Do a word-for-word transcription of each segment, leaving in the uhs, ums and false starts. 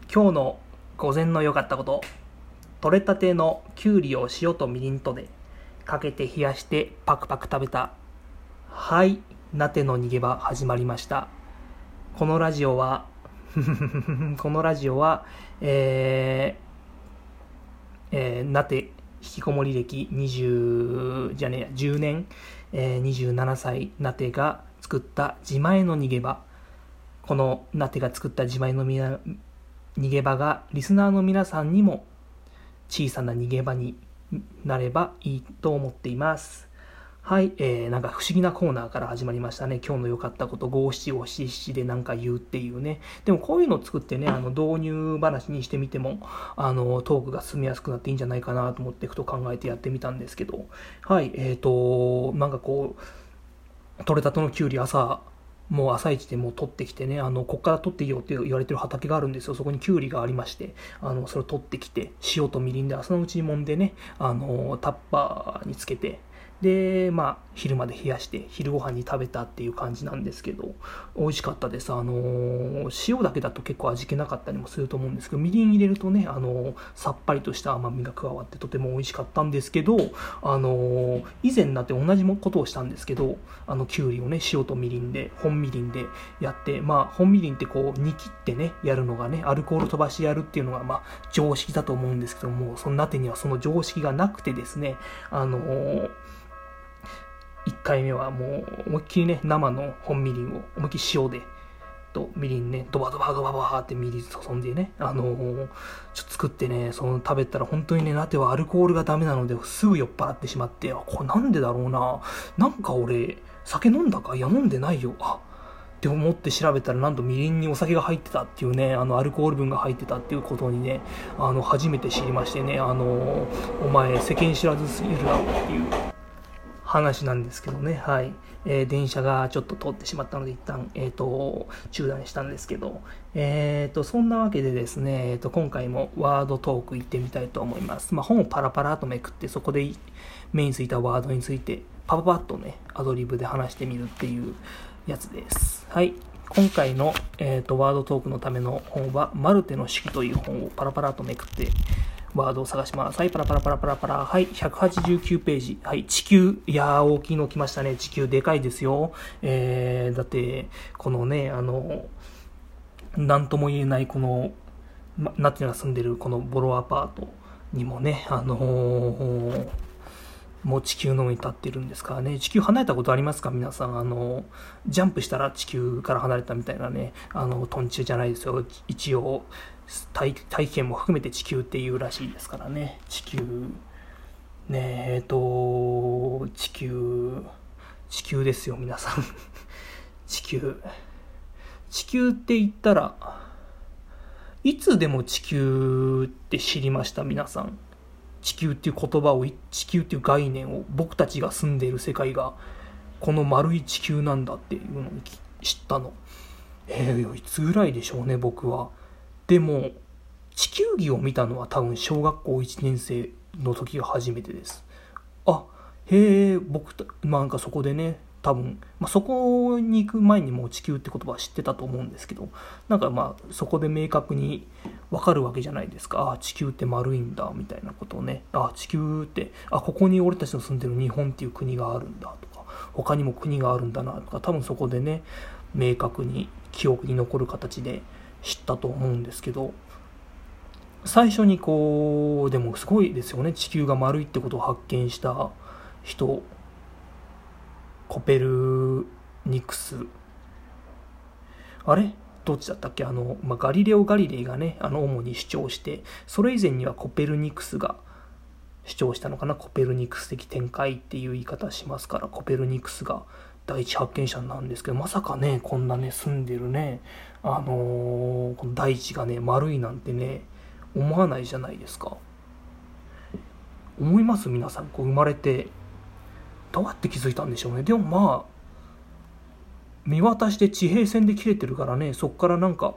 今日の午前の良かったこと、取れたてのきゅうりを塩とみりんとでかけて冷やしてパクパク食べた。はい、なての逃げ場始まりました。このラジオはこのラジオはえー、えー、なて引きこもり歴にじゅうじゃねえやじゅうねん、えー、にじゅうななさいなてが作った自前の逃げ場。このなてが作った自前の逃げ場がリスナーの皆さんにも小さな逃げ場になればいいと思っています。はい、えー、なんか不思議なコーナーから始まりましたね。今日の良かったこと五七五七七でなんか言うっていうね。でもこういうのを作ってね、あの導入話にしてみてもあのトークが進みやすくなっていいんじゃないかなと思ってふと考えてやってみたんですけど、はい、えーとなんかこう取れたてのきゅうり朝もう朝一でもう取ってきてね、あのこっから取っていいよって言われてる畑があるんですよ。そこにキュウリがありまして、あのそれを取ってきて塩とみりんで朝のうちに揉んでね、あのタッパーにつけて、でまあ昼まで冷やして昼ご飯に食べたっていう感じなんですけど、美味しかったです。あの塩だけだと結構味気なかったりもすると思うんですけど、みりん入れるとね、あのさっぱりとした甘みが加わってとても美味しかったんですけど、あの以前になって同じことをしたんですけど、あのきゅうりをね塩とみりんで本みりんでやって、まあ本みりんってこう煮切ってねやるのがね、アルコール飛ばしてやるっていうのがまあ常識だと思うんですけども、そのなてにはその常識がなくてですね、あのーいっかいめはもう思いっきりね生の本みりんを思いっきり塩でとみりんねドバドバドバドバってみりん注んでね、あのー、ちょっと作ってね、その食べたら本当にね、なてはアルコールがダメなのですぐ酔っ払ってしまって、あこれなんでだろうな、なんか俺酒飲んだか、いや飲んでないよ、あって思って調べたら、なんとみりんにお酒が入ってたっていうね、あのアルコール分が入ってたっていうことにね、あの初めて知りましてね、あのー、お前世間知らずすぎるだろうっていう話なんですけどね。はい、えー、電車がちょっと通ってしまったので一旦、えー、と中断したんですけど、えー、とそんなわけでですね、えー、と今回もワードトーク行ってみたいと思います。まあ、本をパラパラとめくって、そこで目についたワードについてパパパッとねアドリブで話してみるっていうやつです。はい、今回の、えー、とワードトークのための本はマルテの式という本をパラパラとめくってワードを探します。はい、パラパラパラパラパラ。はい、ひゃくはちじゅうきゅうページ。はい、地球。いやー、大きいの来ましたね。地球でかいですよ。えー、だって、このね、あの、なんとも言えない、この、ま、ナティが住んでるこのボロアパートにもね、あのー、もう地球の上に立ってるんですからね。地球離れたことありますか皆さん。あの、ジャンプしたら地球から離れたみたいなね、あの、トンチュじゃないですよ。一応、大気圏も含めて地球っていうらしいですからね。地球ねえ、えっと地球地球ですよ皆さん地球地球って言ったらいつでも地球って知りました皆さん。地球っていう言葉を、地球っていう概念を、僕たちが住んでいる世界がこの丸い地球なんだっていうのを知ったの、えー、いつぐらいでしょうね僕は。でも地球儀を見たのは多分小学校いちねん生の時が初めてです。あ、へえ、僕まあなんかそこでね、多分、まあ、そこに行く前にもう地球って言葉は知ってたと思うんですけど、なんかまあそこで明確に分かるわけじゃないですか。あ、地球って丸いんだみたいなことをね、あ、地球って、あ、ここに俺たちの住んでる日本っていう国があるんだとか、他にも国があるんだなとか、多分そこでね明確に記憶に残る形で知ったと思うんですけど、最初にこうでもすごいですよね、地球が丸いってことを発見した人、コペルニクス、あれどっちだったっけ、あの、まあ、ガリレオ・ガリレイがねあの主に主張して、それ以前にはコペルニクスが主張したのかな。コペルニクス的展開っていう言い方しますから、コペルニクスが第一発見者なんですけど、まさかねこんなね住んでるね、あのー、この大地がね丸いなんてね思わないじゃないですか。思います皆さん。こう生まれてどうやって気づいたんでしょうね。でもまあ見渡して地平線で切れてるからね、そっからなんか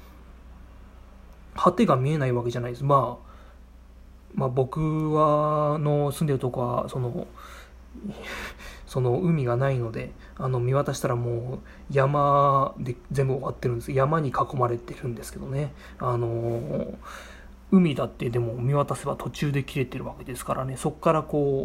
果てが見えないわけじゃないです。まあまあ僕はの住んでるとこはそのその海がないので、あの見渡したらもう山で全部終わってるんです。山に囲まれてるんですけどね、あの海だってでも見渡せば途中で切れてるわけですからね、そこからこ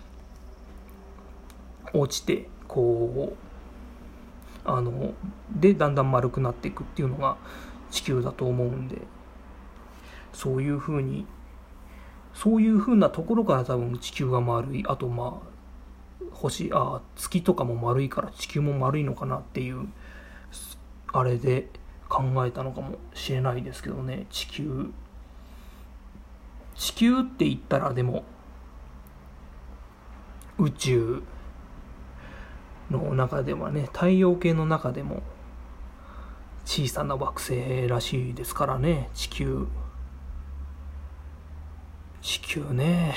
う落ちてこうあのでだんだん丸くなっていくっていうのが地球だと思うんで、そういうふうにそういうふうなところから多分地球が丸い、あとまあ星あ月とかも丸いから地球も丸いのかなっていうあれで考えたのかもしれないですけどね。地球地球って言ったらでも宇宙の中ではね、太陽系の中でも小さな惑星らしいですからね、地球地球ね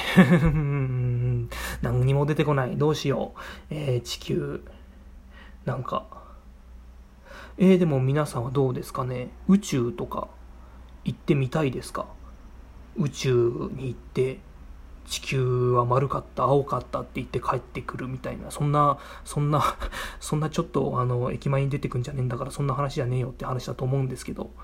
何にも出てこない、どうしよう。えー、地球なんかえー、でも皆さんはどうですかね。宇宙とか行ってみたいですか。宇宙に行って地球は丸かった青かったって言って帰ってくるみたいな、そんなそんなそんなちょっとあの駅前に出てくんじゃねえんだからそんな話じゃねえよって話だと思うんですけど、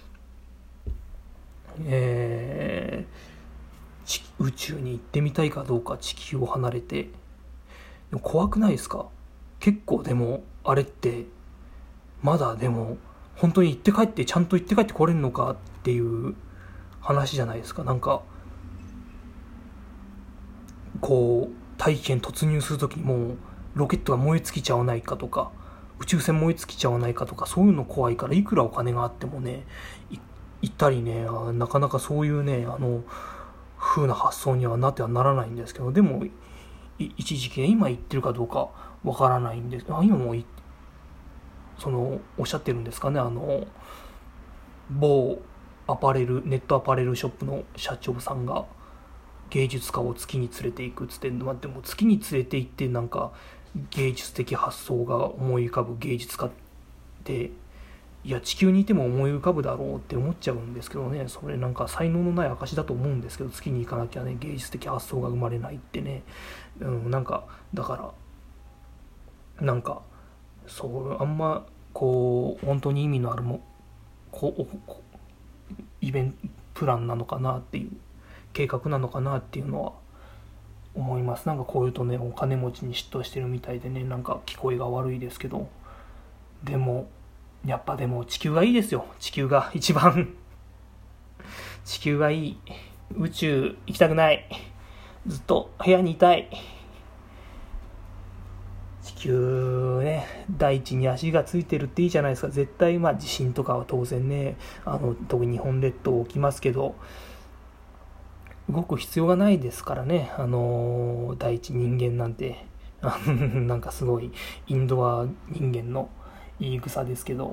えー、宇宙に行ってみたいかどうか、地球を離れて。でも怖くないですか。結構でもあれってまだでも本当に行って帰ってちゃんと行って帰ってこれるのかっていう話じゃないですか。なんかこう大気圏突入するときにもうロケットが燃え尽きちゃわないかとか、宇宙船燃え尽きちゃわないかとか、そういうの怖いから、いくらお金があってもね行ったりね、なかなかそういうねあの風な発想にはなってはならないんですけど、でも一時期ね、今言ってるかどうかわからないんです。あ今もそのおっしゃってるんですかね。あの某アパレルネットアパレルショップの社長さんが芸術家を月に連れていくっつって、まあ、でも月に連れて行ってなんか芸術的発想が思い浮かぶ芸術家って、いや地球にいても思い浮かぶだろうって思っちゃうんですけどね。それなんか才能のない証だと思うんですけど、月に行かなきゃね芸術的発想が生まれないってね、うん、なんかだからなんかそうあんまこう本当に意味のあるもこうこうイベントプランなのかなっていう、計画なのかなっていうのは思います。なんかこういうとねお金持ちに嫉妬してるみたいでね、なんか聞こえが悪いですけど、でもやっぱでも地球がいいですよ。地球が一番地球がいい。宇宙行きたくない。ずっと部屋にいたい。地球ね、大地に足がついてるっていいじゃないですか。絶対まあ地震とかは当然ね、あの特に日本列島起きますけど、動く必要がないですからね。あの大地人間なんてなんかすごいインドア人間の言い草ですけど、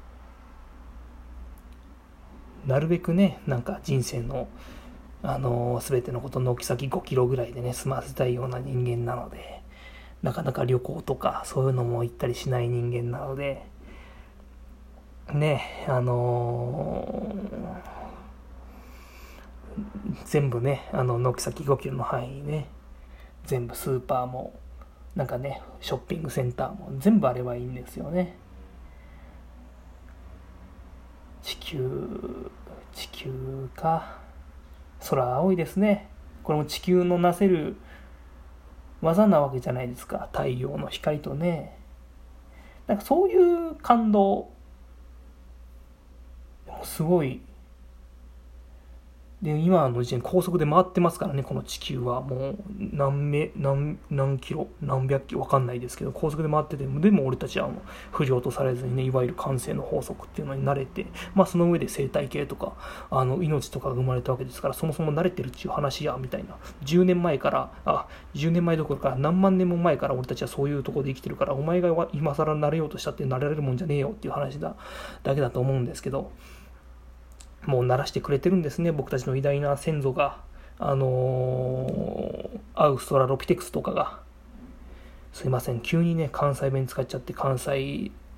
なるべくねなんか人生のあの全てのことの軒先ごキロぐらいでね済ませたいような人間なので、なかなか旅行とかそういうのも行ったりしない人間なのでね、あのー、全部ねあの軒先ごキロの範囲ね、全部スーパーもなんかねショッピングセンターも全部あればいいんですよね。地球地球か、空青いですね。これも地球のなせる技なわけじゃないですか。太陽の光とね、なんかそういう感動すごい。で今の時点高速で回ってますからね、この地球はもう何メ何何キロ何百キロ分かんないですけど高速で回ってて、でも俺たちはもう不良とされずにね、いわゆる慣性の法則っていうのに慣れて、まあその上で生態系とかあの命とかが生まれたわけですから、そもそも慣れてるっていう話やみたいな、じゅうねんまえからあじゅうねんまえどころか何万年も前から俺たちはそういうところで生きてるから、お前が今更慣れようとしたって慣れられるもんじゃねえよっていう話だだけだと思うんですけど、もう鳴らしてくれてるんですね、僕たちの偉大な先祖が。あのー、アウストラロピテクスとかが。すいません急にね関西弁使っちゃって関西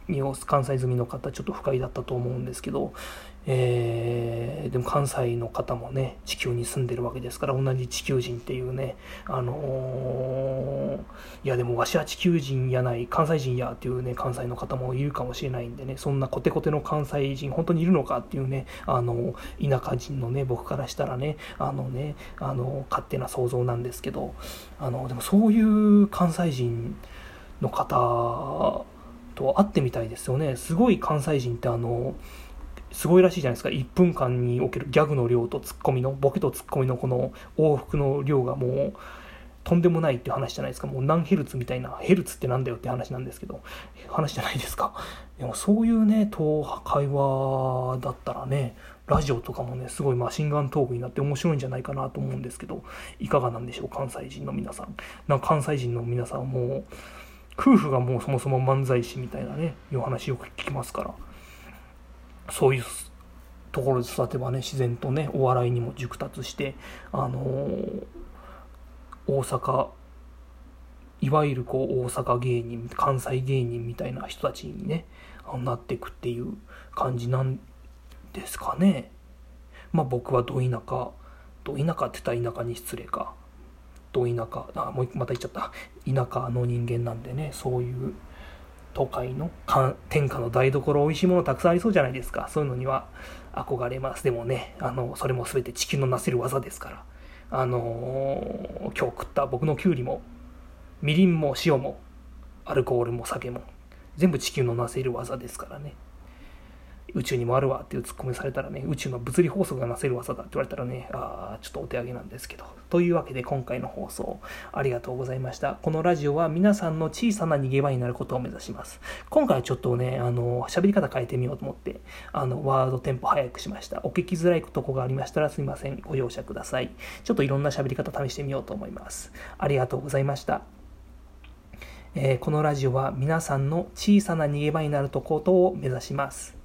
に関西済みの方ちょっと不快だったと思うんですけど、えー、でも関西の方もね地球に住んでるわけですから、同じ地球人っていうね、あのー、いやでもわしは地球人やない関西人やっていうね関西の方もいるかもしれないんでね、そんなコテコテの関西人本当にいるのかっていうね、あの田舎人のね僕からしたらね、あのねあの勝手な想像なんですけど、あのでもそういう関西人の方と会ってみたいですよね。すごい関西人ってあのすごいらしいじゃないですか。いっぷんかんにおけるギャグの量とツッコミのボケとツッコミのこの往復の量がもうとんでもないっていう話じゃないですか。もう何ヘルツみたいな、ヘルツってなんだよって話なんですけど、話じゃないですか。でもそういうねと会話だったらね、ラジオとかもねすごいマシンガントークになって面白いんじゃないかなと思うんですけど、いかがなんでしょう関西人の皆さん。なんか関西人の皆さんはもう夫婦がもうそもそも漫才師みたいなねいう話よく聞きますから、そういうところで育てばね自然とねお笑いにも熟達して、あのー、大阪いわゆるこう大阪芸人関西芸人みたいな人たちにねなっていくっていう感じなんですかね。まあ僕はど田舎ど田舎って言ったら田舎に失礼か、ど田舎あもうまた言っちゃった、田舎の人間なんでね、そういう都会の天下の台所美味しいものたくさんありそうじゃないですか。そういうのには憧れます。でもね、あのそれも全て地球のなせる技ですから、あのー、今日食った僕のきゅうりもみりんも塩もアルコールも酒も全部地球のなせる技ですからね。宇宙にもあるわっていうツッコミされたらね、宇宙の物理法則がなせる技だって言われたらね、あーちょっとお手上げなんですけど。というわけで今回の放送ありがとうございました。このラジオは皆さんの小さな逃げ場になることを目指します。今回はちょっとね、あの喋り方変えてみようと思って、あのワードテンポ早くしました。お聞きづらいとこがありましたらすみません、ご容赦ください。ちょっといろんな喋り方試してみようと思います。ありがとうございました。えー、このラジオは皆さんの小さな逃げ場になることを目指します。